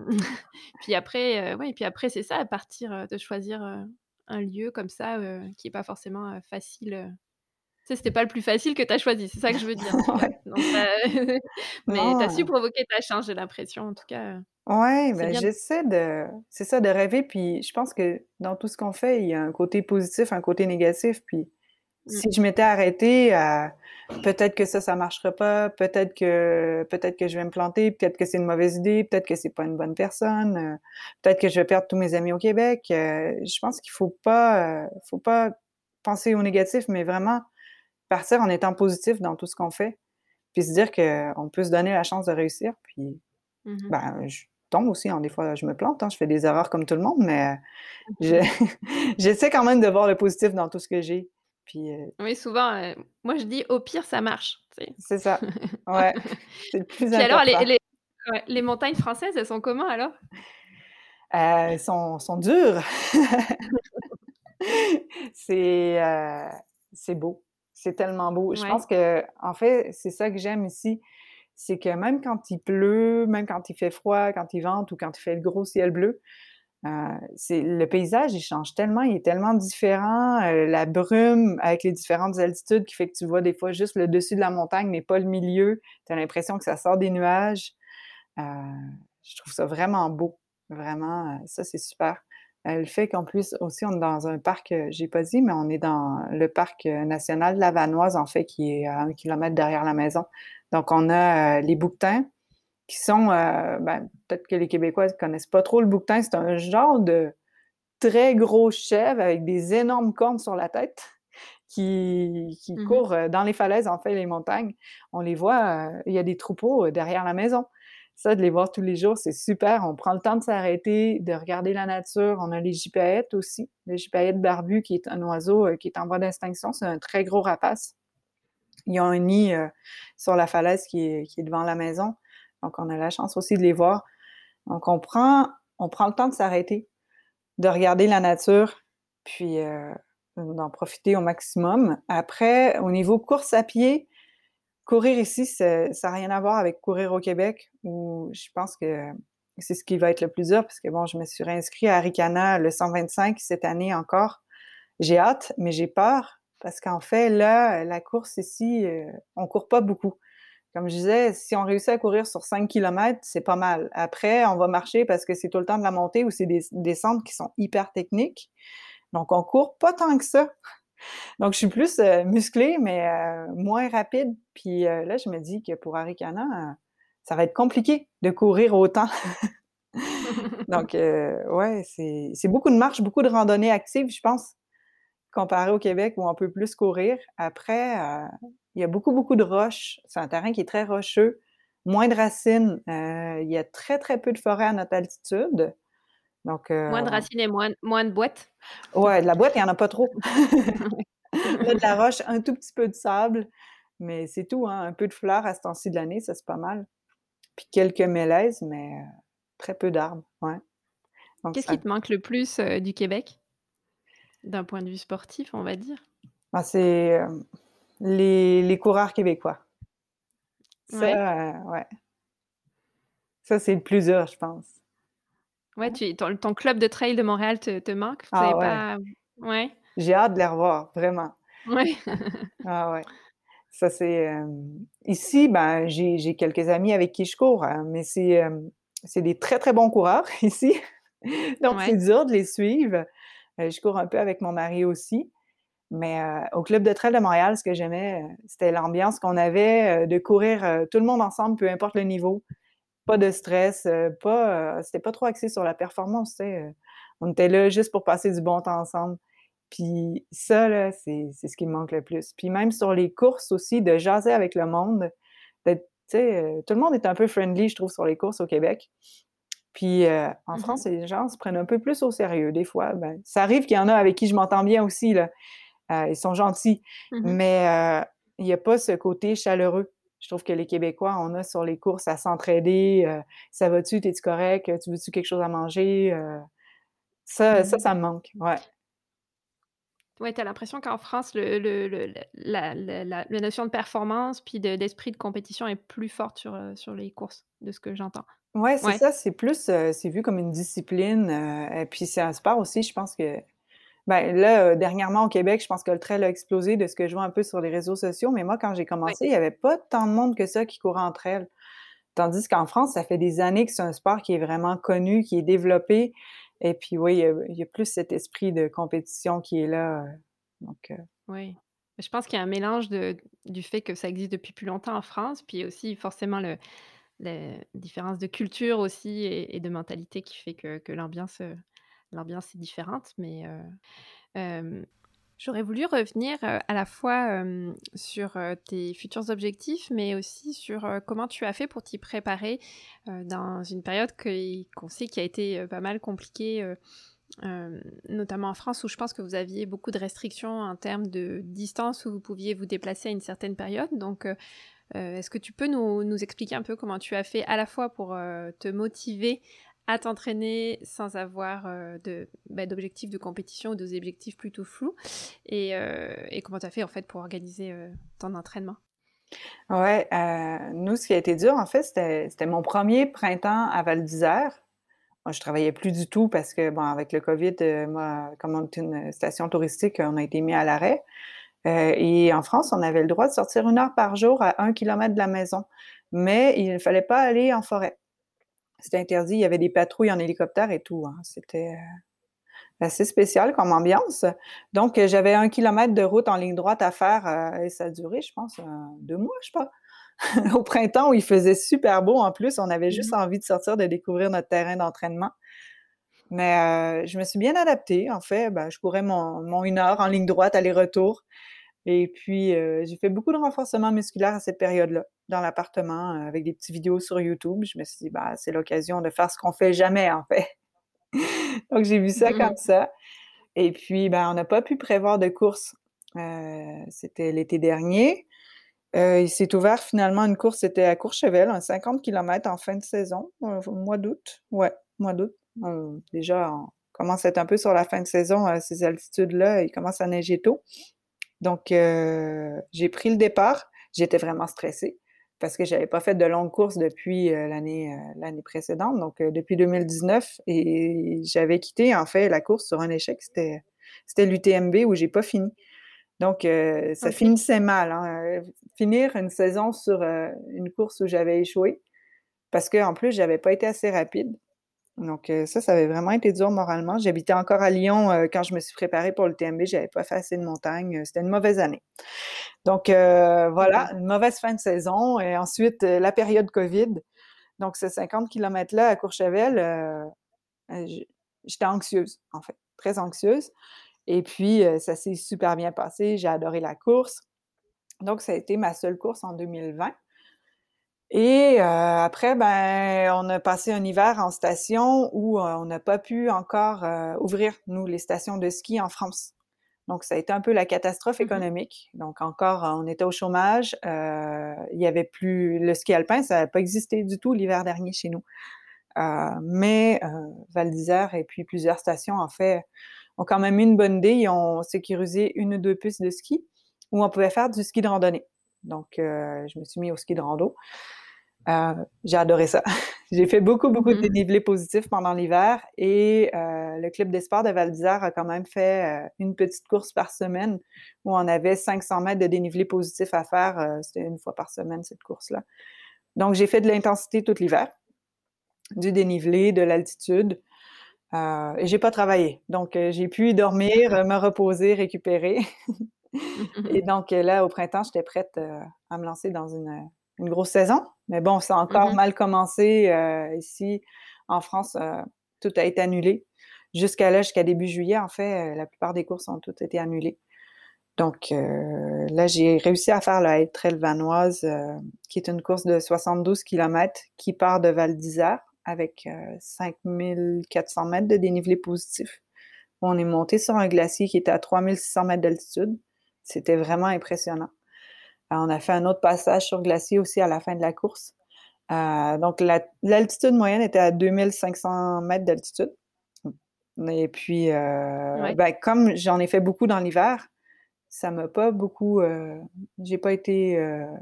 puis après, ouais, et puis après c'est ça, à partir, de choisir, un lieu comme ça, qui est pas forcément, facile, tu sais, c'était pas le plus facile que tu as choisi, c'est ça que je veux dire en tout cas. Ouais. Donc mais tu as su Non, provoquer ta chance, j'ai l'impression en tout cas, ouais, c'est ben, bien. j'essaie de c'est ça, de rêver, puis je pense que dans tout ce qu'on fait, il y a un côté positif, un côté négatif, puis Mmh. si je m'étais arrêtée à peut-être que ça marchera pas, peut-être que je vais me planter, peut-être que c'est une mauvaise idée, peut-être que c'est pas une bonne personne, peut-être que je vais perdre tous mes amis au Québec, je pense qu'il faut pas penser au négatif, mais vraiment partir en étant positif dans tout ce qu'on fait, puis se dire qu'on peut se donner la chance de réussir, puis, Mmh mh. ben, je tombe aussi, hein, des fois je me plante, hein, je fais des erreurs comme tout le monde, mais je j'essaie quand même de voir le positif dans tout ce que j'ai, puis, Oui, souvent, moi je dis: «Au pire, ça marche», tu sais? c'est ça. Ouais, c'est le plus Puis alors important. les montagnes françaises, elles sont comment alors? Sont durs. C'est, c'est beau. C'est tellement beau. Je Ouais. pense qu'en fait, c'est ça que j'aime ici, c'est que même quand il pleut, même quand il fait froid, quand il vente ou quand il fait le gros ciel bleu, c'est le paysage, il change tellement, il est tellement différent, la brume avec les différentes altitudes qui fait que tu vois des fois juste le dessus de la montagne, mais pas le milieu. Tu as l'impression que ça sort des nuages. Heu, je trouve ça vraiment beau, vraiment, ça, c'est super. Le fait qu'en plus aussi, on est dans un parc, j'ai pas dit, mais on est dans le parc, national de la Vanoise, en fait, qui est à 1 kilomètre derrière la maison. Donc on a, les bouquetins qui sont, ben, peut-être que les Québécois ne connaissent pas trop le bouquetin. C'est un genre de très gros chèvre avec des énormes cornes sur la tête qui Mmh mh. courent, dans les falaises, en fait, les montagnes. On les voit, il y a des troupeaux, derrière la maison. Ça, de les voir tous les jours, c'est super. On prend le temps de s'arrêter, de regarder la nature. On a les gypaètes aussi, le gypaète barbu qui est un oiseau, qui est en voie d'extinction. C'est un très gros rapace. Ils ont un nid, sur la falaise qui est devant la maison, donc on a la chance aussi de les voir. Donc on prend le temps de s'arrêter, de regarder la nature, puis, d'en profiter au maximum. Après, au niveau course à pied, courir ici, ça a rien à voir avec courir au Québec, où je pense que c'est ce qui va être le plus dur parce que bon, je me suis réinscrite à Arikana, le 125 cette année encore. J'ai hâte, mais j'ai peur parce qu'en fait, là, la course ici, on court pas beaucoup. Comme je disais, si on réussit à courir sur 5 kilomètres, c'est pas mal. Après, on va marcher parce que c'est tout le temps de la montée ou c'est des descentes qui sont hyper techniques. Donc, on court pas tant que ça. Donc, je suis plus musclée, mais moins rapide. Puis là, je me dis que pour Arikana, ça va être compliqué de courir autant. Donc, ouais, c'est beaucoup de marches, beaucoup de randonnées actives, je pense, comparé au Québec où on peut plus courir. Après, il y a beaucoup, beaucoup de roches. C'est un terrain qui est très rocheux, moins de racines. Il y a très, très peu de forêt à notre altitude. Donc, Moins de racines et moins de boîtes? ouais, de la boîte, il y en a pas trop. Là, de la roche, un tout petit peu de sable, mais c'est tout, hein, un peu de fleurs à ce temps-ci de l'année, ça, c'est pas mal. Puis quelques mélèzes, mais très peu d'arbres, ouais. Donc Qu'est-ce ça qui te manque le plus, du Québec? D'un point de vue sportif, on va dire? c'est, les coureurs québécois. Ça, Ouais? ouais, ça, c'est le plus dur, je pense. Ouais, ton club de trail de Montréal te manque? Vous avez Ah ouais, pas ouais? j'ai hâte de les revoir, vraiment. Ouais. Ah ouais. Ça, c'est, ici, ben, j'ai quelques amis avec qui je cours, mais c'est des très, très bons coureurs ici. Donc c'est Ouais. dur de les suivre. Je cours un peu avec mon mari aussi. Mais au club de trail de Montréal, ce que j'aimais, c'était l'ambiance qu'on avait, de courir, tout le monde ensemble, peu importe le niveau. Pas de stress, c'était pas trop axé sur la performance, tu sais? On était là juste pour passer du bon temps ensemble. Puis ça, là, c'est ce qui me manque le plus. Puis même sur les courses aussi, de jaser avec le monde, d'être tu sais, tout le monde est un peu friendly, je trouve, sur les courses au Québec. Puis, en Mmh. France, les gens se prennent un peu plus au sérieux des fois. Ben, ça arrive qu'il y en a avec qui je m'entends bien aussi, là. Ils sont gentils, Mmh. mais il y a pas ce côté chaleureux. Je trouve que les Québécois, on a sur les courses à s'entraider, «Ça va-tu? T'es-tu correct? Tu veux-tu quelque chose à manger?» Mmh. ça me manque, ouais. Ouais, tu as l'impression qu'en France, le la notion de performance puis d'esprit de compétition est plus forte sur les courses, de ce que j'entends. Ouais, c'est Ouais, ça, c'est plus, c'est vu comme une discipline, et puis c'est un sport aussi, je pense que ben, là, dernièrement au Québec, je pense que le trail a explosé de ce que je vois un peu sur les réseaux sociaux, mais moi, quand j'ai ouais, commencé, il y avait pas tant de monde que ça qui courait en trail. Tandis qu'en France, ça fait des années que c'est un sport qui est vraiment connu, qui est développé et puis oui, il y a plus cet esprit de compétition qui est là, donc oui. Je pense qu'il y a un mélange du fait que ça existe depuis plus longtemps en France, puis aussi forcément la différence de culture aussi et de mentalité qui fait que l'ambiance est différente. Mais, hem, j'aurais voulu revenir, à la fois, sur, tes futurs objectifs, mais aussi sur, comment tu as fait pour t'y préparer, dans une période qu'on sait qui a été, pas mal compliquée, notamment en France où je pense que vous aviez beaucoup de restrictions en termes de distance où vous pouviez vous déplacer à une certaine période. Donc, est-ce que tu peux nous expliquer un peu comment tu as fait à la fois pour, te motiver à t'entraîner sans avoir, d'objectifs de compétition ou des objectifs plutôt flous et comment tu as fait en fait pour organiser, ton entraînement? ouais, nous, ce qui a été dur, en fait, c'était mon premier printemps à Val d'Isère. Moi, je travaillais plus du tout parce que, bon, avec le COVID, moi, comme on est une station touristique, on a été mis à l'arrêt. Et en France, on avait le droit de sortir 1 heure par jour à 1 kilomètre de la maison, mais il ne fallait pas aller en forêt. C'était interdit, il y avait des patrouilles en hélicoptère et tout, hein. C'était, assez spécial comme ambiance. Donc, j'avais 1 kilomètre de route en ligne droite à faire, et ça a duré, je pense, 2 mois, je sais pas. Au printemps où il faisait super beau en plus, on avait juste Mmh. envie de sortir, de découvrir notre terrain d'entraînement. Mais, je me suis bien adaptée. En fait, ben, je courais mon 1 heure en ligne droite aller-retour et puis, j'ai fait beaucoup de renforcement musculaire à cette période-là, dans l'appartement, avec des petites vidéos sur YouTube. Je me suis dit: «Bah, c'est l'occasion de faire ce qu'on fait jamais, en fait». Donc j'ai vu ça comme ça et puis, ben, on n'a pas pu prévoir de course. C'était l'été dernier. Il s'est ouvert finalement une course, c'était à Courchevel, un 50 kilomètres en fin de saison, au mois d'août. Ouais, mois d'août. Déjà, on commence à être un peu sur la fin de saison à ces altitudes-là, il commence à neiger tôt. Donc j'ai pris le départ. J'étais vraiment stressée parce que j'avais pas fait de longues courses depuis, l'année précédente, donc depuis 2019 et j'avais quitté en fait la course sur un échec. C'était l'UTMB où j'ai pas fini. Donc ça OK. finissait mal, hein, finir une saison sur, une course où j'avais échoué parce qu'en plus j'avais pas été assez rapide. Donc ça avait vraiment été dur moralement. J'habitais encore à Lyon, quand je me suis préparée pour l'UTMB, j'avais pas fait assez de montagne, c'était une mauvaise année. Donc voilà, OK. une mauvaise fin de saison et ensuite, la période COVID. Donc ce 50 kilomètres-là à Courchevel, j j'étais anxieuse, en fait, très anxieuse et puis, ça s'est super bien passé. J'ai adoré la course. Donc ça a été ma seule course en 2020 et après, ben, on a passé un hiver en station où, on n'a pas pu encore, ouvrir, nous, les stations de ski en France. Donc ça a été un peu la catastrophe Mmh. économique. Donc encore, on était au chômage, il y avait plus le ski alpin, ça n'avait pas existé du tout l'hiver dernier chez nous. Mais Val d'Isère et puis plusieurs stations, en fait, ont quand même eu une bonne idée. Ils ont sécurisé 1 ou 2 pistes de ski où on pouvait faire du ski de randonnée. Donc je me suis mis au ski de rando. J'ai adoré ça. J'ai fait beaucoup, beaucoup de dénivelé positif pendant l'hiver et le club des sports de Val d'Isère a quand même fait une petite course par semaine où on avait 500 mètres de dénivelé positif à faire. C'était une fois par semaine, cette course-là. Donc, j'ai fait de l'intensité tout l'hiver, du dénivelé, de l'altitude. Et j'ai pas travaillé. Donc, j'ai pu y dormir, me reposer, récupérer. Et donc, là, au printemps, j'étais prête à me lancer dans une grosse saison. Mais bon, ça a encore mal commencé ici en France. Tout a été annulé. Jusqu'à début juillet, en fait, la plupart des courses ont toutes été annulées. Donc, là, j'ai réussi à faire la Haute Trail vanoise, qui est une course de 72 kilomètres qui part de Val d'Isère avec 5400 mètres de dénivelé positif. On est monté sur un glacier qui était à 3600 mètres d'altitude. C'était vraiment impressionnant. On a fait un autre passage sur glacier aussi à la fin de la course. Donc, l'altitude moyenne était à 2500 mètres d'altitude. Et puis, Ouais. ben, comme j'en ai fait beaucoup dans l'hiver, ça m'a pas beaucoup... j'ai pas été...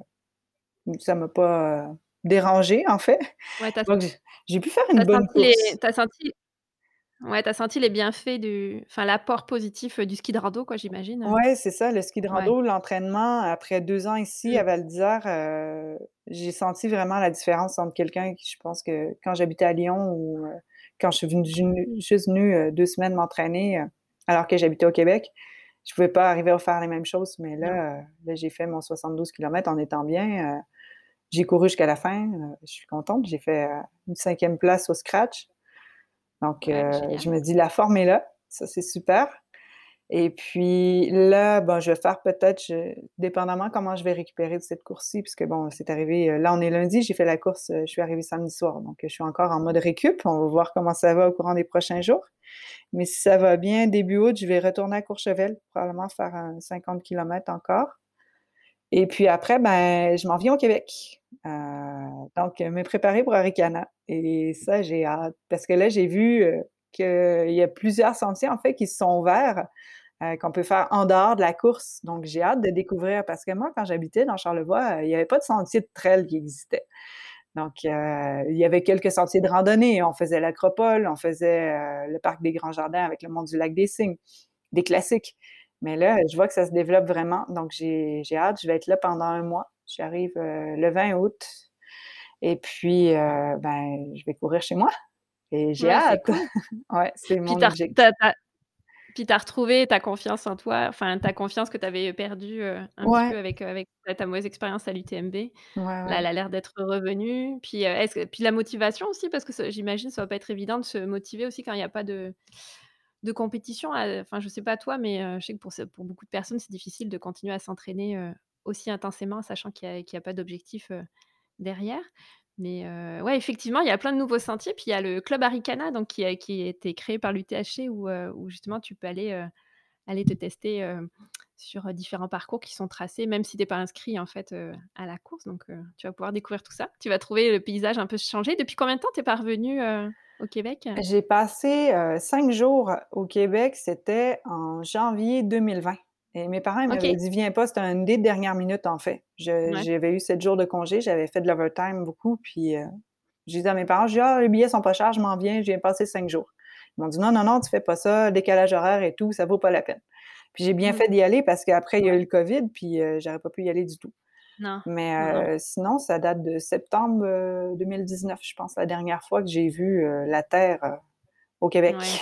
ça m'a pas dérangé, en fait. Ouais, Donc, j'ai pu faire une tu bonne senti les course. tu senti ouais, tu senti les bienfaits enfin l'apport positif, du ski de rando quoi, j'imagine? Ouais, c'est ça, le ski de Ouais. rando, l'entraînement, après 2 ans ici Mmh. à Val d'Isère, j'ai senti vraiment la différence entre quelqu'un qui je pense que quand j'habitais à Lyon ou, quand je suis juste venue, 2 semaines m'entraîner, alors que j'habitais au Québec, je pouvais pas arriver à faire les mêmes choses. Mais Non. là, j'ai fait mon 72 kilomètres en étant bien, j'ai couru jusqu'à la fin, je suis contente. J'ai fait, une 5e place au scratch. Donc, Ouais, je génial. me dis: «La forme est là», ça, c'est super. Et puis là, ben, je vais faire peut-être, dépendamment comment je vais récupérer de cette course-ci, puisque bon, c'est arrivé, là, on est lundi, j'ai fait la course, je suis arrivée samedi soir, donc je suis encore en mode récup. On va voir comment ça va au courant des prochains jours. Mais si ça va bien, début août, je vais retourner à Courchevel, probablement faire un 50 kilomètres encore. Et puis après, ben, je m'en viens au Québec. Donc, me préparer pour Arikana. Et ça, j'ai hâte. Parce que là, j'ai vu qu'il y a plusieurs sentiers, en fait, qui se sont ouverts, qu'on peut faire en dehors de la course. Donc, j'ai hâte de découvrir. Parce que moi, quand j'habitais dans Charlevoix, il n'y avait pas de sentier de trail qui existait. Donc, il y avait quelques sentiers de randonnée. On faisait l'Acropole, on faisait le parc des Grands Jardins avec le Mont du Lac des Cygnes, des classiques. Mais là, je vois que ça se développe vraiment. Donc, j'ai hâte. Je vais être là pendant un mois. J'arrive le 20 août. Et puis, ben, je vais courir chez moi. Et j'ai Ouais, c'est hâte. cool. Ouais, c'est Puis mon objectif. tu as retrouvé ta confiance en toi, enfin ta confiance que tu avais perdue, un petit Ouais, peu avec ta mauvaise expérience à l'UTMB. ouais, Là, ouais. elle a l'air d'être revenue. Puis, puis la motivation aussi parce que j'imagine ça va pas être évident de se motiver aussi quand il y a pas de compétition, enfin je sais pas toi, mais, je sais que pour beaucoup de personnes, c'est difficile de continuer à s'entraîner, aussi intensément, sachant qu'il y a pas d'objectif, derrière. Mais, ouais, effectivement, il y a plein de nouveaux sentiers, puis il y a le club Arikana donc qui a été créé par l'UTHC où justement tu peux aller te tester, sur, différents parcours qui sont tracés, même si tu es pas inscrit en fait, à la course donc, tu vas pouvoir découvrir tout ça. Tu vas trouver le paysage un peu changé. Depuis combien de temps tu es pas revenu, au Québec? J'ai passé 5 jours au Québec, c'était en janvier 2020. Et mes parents, ils m'avaient OK. dit: «Viens pas», c'était une idée de dernière minute, en fait. Ouais. J'avais eu 7 jours de congé, j'avais fait de l'overtime beaucoup, puis j'ai dit à mes parents, j'ai dit: «Ah, les billets sont pas chers, je m'en viens, je viens passer 5 jours». Ils m'ont dit: «Non, non, non, tu fais pas ça, décalage horaire et tout, ça vaut pas la peine». Puis j'ai bien Mmh. fait d'y aller parce qu'après, il y a eu Ouais. le COVID, puis j'aurais pas pu y aller du tout. Non. Mais Non, non. sinon, ça date de septembre 2019, je pense, la dernière fois que j'ai vu la Terre au Ouais. Québec.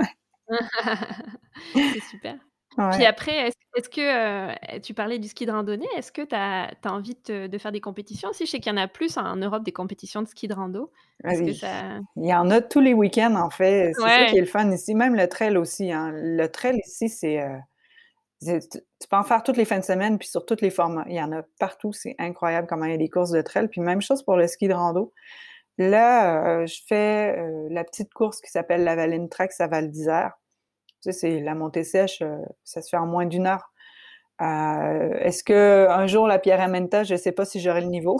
C'est super. Puis Ouais. après, est-ce que, tu parlais du ski de randonnée, est-ce que tu as envie de faire des compétitions aussi? Je sais qu'il y en a plus en Europe des compétitions de ski de rando. Ah Est-ce que oui. ça Il y en a tous les week-ends, en fait. C'est ça qui ouais. est le fun ici. Même le trail aussi, hein. Le trail ici, tu peux en faire toutes les fins de semaine, puis sur tous les formats. Il y en a partout. C'est incroyable comment il y a des courses de trail. Puis même chose pour le ski de rando. Là, je fais la petite course qui s'appelle la Valine Trax à Val d'Isère. Tu sais, c'est la montée sèche, ça se fait en moins d'une heure. Est-ce qu'un jour la Pierre Amenta, je sais pas si j'aurai le niveau,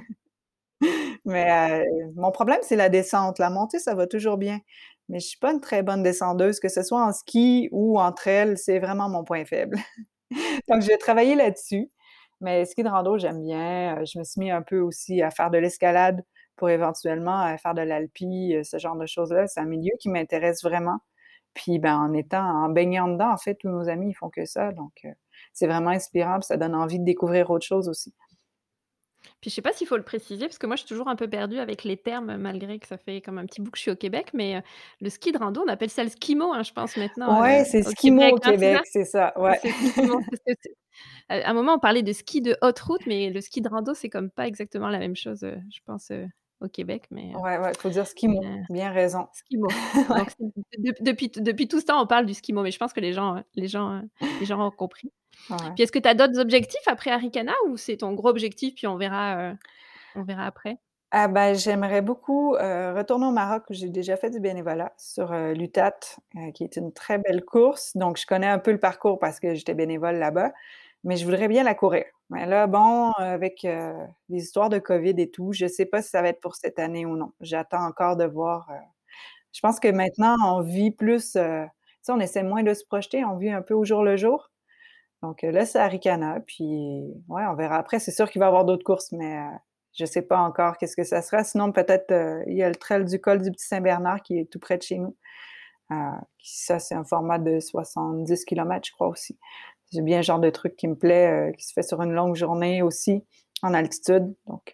mais mon problème, c'est la descente. La montée, ça va toujours bien, mais je suis pas une très bonne descendeuse, que ce soit en ski ou en trail, c'est vraiment mon point faible. Donc je vais travailler là-dessus, mais ski de rando, j'aime bien. Je me suis mis un peu aussi à faire de l'escalade pour éventuellement, faire de l'alpi, ce genre de choses-là. C'est un milieu qui m'intéresse vraiment. Puis, ben, en baignant dedans, en fait, tous nos amis, ils font que ça, donc c'est vraiment inspirant, puis ça donne envie de découvrir autre chose aussi. Puis je sais pas s'il faut le préciser, parce que moi je suis toujours un peu perdue avec les termes, malgré que ça fait comme un petit bout que je suis au Québec, mais le ski de rando, on appelle ça le skimo, hein, je pense maintenant, Ouais, c'est au skimo Québec, au hein, c'est ça? Québec, c'est ça, ouais. C'est skimo, parce que à un moment on parlait de ski de haute route, mais le ski de rando, c'est comme pas exactement la même chose, je pense, au Québec, Ouais, ouais, faut dire skimo, heu, bien raison. skimo. Donc Ouais, c'est depuis tout ce temps, on parle du skimo, mais je pense que les gens ont compris. ouais. Puis est-ce que tu as d'autres objectifs après Harricana ou c'est ton gros objectif, puis on verra après? Ah bah, j'aimerais beaucoup, retourner au Maroc où j'ai déjà fait du bénévolat sur, l'UTAT, qui est une très belle course. Donc je connais un peu le parcours parce que j'étais bénévole là-bas, mais je voudrais bien la courir. Mais là, bon, avec, les histoires de COVID et tout, je sais pas si ça va être pour cette année ou non. J'attends encore de voir, je pense que maintenant on vit plus, tu sais, on essaie moins de se projeter, on vit un peu au jour le jour. Donc, là, c'est Harricana, puis ouais, on verra après. C'est sûr qu'il va y avoir d'autres courses, mais je sais pas encore qu'est-ce que ça sera. Sinon, peut-être, il y a le trail du col du Petit-Saint-Bernard qui est tout près de chez nous. Heu, ça, c'est un format de 70 kilomètres, je crois aussi. C'est bien le genre de truc qui me plaît, qui se fait sur une longue journée aussi, en altitude. Donc,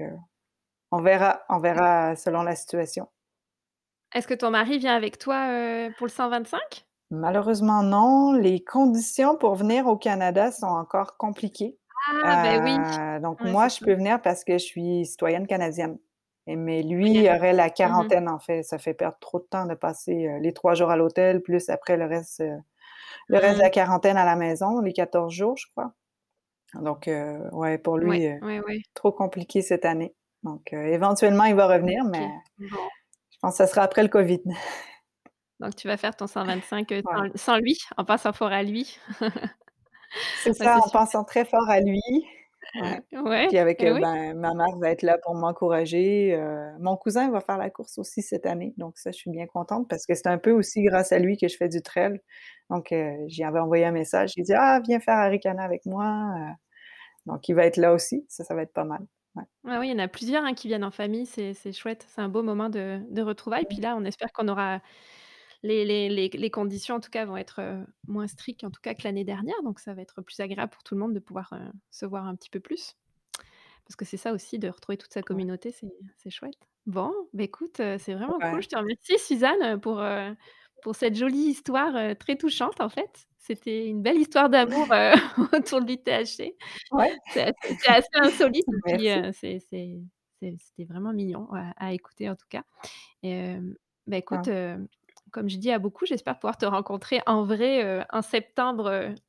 on verra selon la situation. Est-ce que ton mari vient avec toi, pour le 125? Malheureusement non, les conditions pour venir au Canada sont encore compliquées. Ah beh, oui. Donc Ouais, moi, c'est je ça. peux venir parce que je suis citoyenne canadienne mais Tu peux y lui aller. aurait la Mmh mh. quarantaine, en fait. Ça fait perdre trop de temps de passer, les 3 jours à l'hôtel, plus après le reste de la Mmh. quarantaine à la maison, les 14 jours, je crois. Donc ouais, pour Ouais, lui, ouais, ouais. trop compliqué cette année. Donc éventuellement, il va revenir, mais OK. Bon, je pense que ça sera après le covid. donc tu vas faire ton 125, Ouais. sans lui, en pensant fort à lui. C'est Ouais, ça, c'est en super. pensant très fort à lui. Ouais. Ouais, Puis avec, oui. ben, ma mère va être là pour m'encourager, mon cousin va faire la course aussi cette année, donc ça, je suis bien contente parce que c'est un peu aussi grâce à lui que je fais du trail. Donc, j'y avais envoyé un message, j'ai dit: «Ah, viens faire Harricana avec moi», donc il va être là aussi, ça va être pas mal. Ouais. Ah oui, il y en a plusieurs, hein, qui viennent en famille, c'est chouette. C'est un beau moment de retrouvailles. Puis là, on espère qu'on aura les conditions, en tout cas, vont être, moins strictes, en tout cas, que l'année dernière. Donc ça va être plus agréable pour tout le monde de pouvoir, se voir un petit peu plus. Parce que c'est ça aussi, de retrouver toute sa Ouais. communauté, c'est chouette. Bon, bah, écoute, c'est vraiment cool. Ouais. Je te remercie Suzanne, pour cette jolie histoire, très touchante, en fait. C'était une belle histoire d'amour, autour de l'ITHC. Ouais, C'est assez insolite et puis, merci. c'était vraiment mignon à écouter en tout cas et bah, écoute, Ouais. comme je dis à beaucoup, j'espère pouvoir te rencontrer en vrai, en septembre,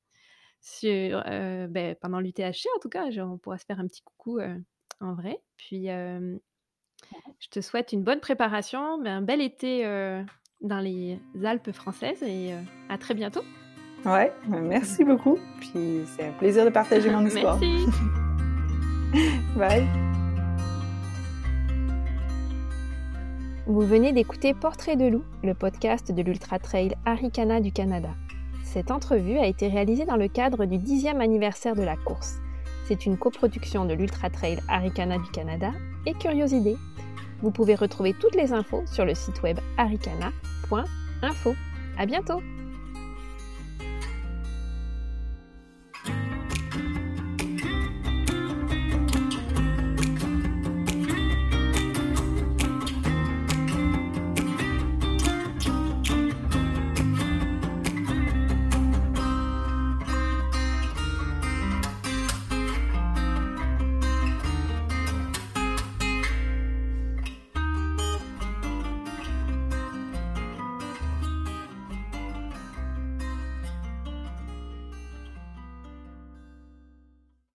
sur, pendant l'UTHC en tout cas, on pourra se faire un petit coucou, en vrai. Puis, je te souhaite une bonne préparation, un bel été, dans les Alpes françaises et à très bientôt. Ouais, merci beaucoup, puis c'est un plaisir de partager mon histoire. Merci. Bye. Vous venez d'écouter Portrait de loup, le podcast de l'Ultra Trail Harricana du Canada. Cette entrevue a été réalisée dans le cadre du 10e anniversaire de la course. C'est une coproduction de l'Ultra Trail Harricana du Canada et Curiosité. Vous pouvez retrouver toutes les infos sur le site web harricana.info. À bientôt!